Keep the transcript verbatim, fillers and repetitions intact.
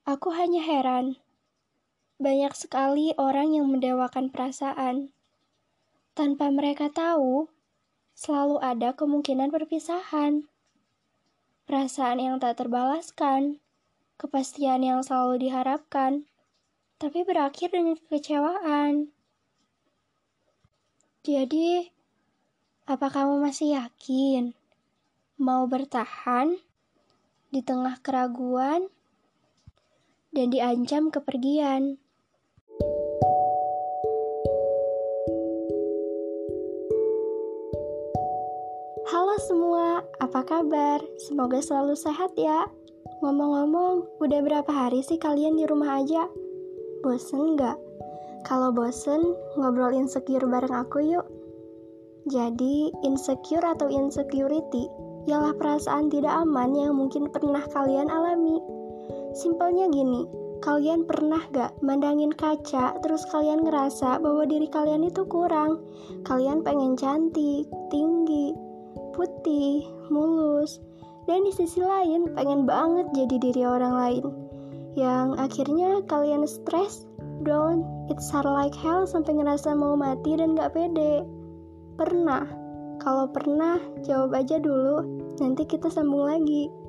Aku hanya heran, banyak sekali orang yang mendewakan perasaan. Tanpa mereka tahu, selalu ada kemungkinan perpisahan. Perasaan yang tak terbalaskan, kepastian yang selalu diharapkan, tapi berakhir dengan kekecewaan. Jadi, apa kamu masih yakin mau bertahan di tengah keraguan dan diancam kepergian? Halo semua, apa kabar? Semoga selalu sehat ya. Ngomong-ngomong, udah berapa hari sih kalian di rumah aja? Bosen nggak? Kalau bosen, ngobrol insecure bareng aku yuk. Jadi, insecure atau insecurity ialah perasaan tidak aman yang mungkin pernah kalian alami. Simpelnya gini, kalian pernah gak mandangin kaca terus kalian ngerasa bahwa diri kalian itu kurang? Kalian pengen cantik, tinggi, putih, mulus, dan di sisi lain pengen banget jadi diri orang lain. Yang akhirnya kalian stres, down, it's hard like hell sampai ngerasa mau mati dan gak pede. Pernah? Kalau pernah, jawab aja dulu, nanti kita sambung lagi.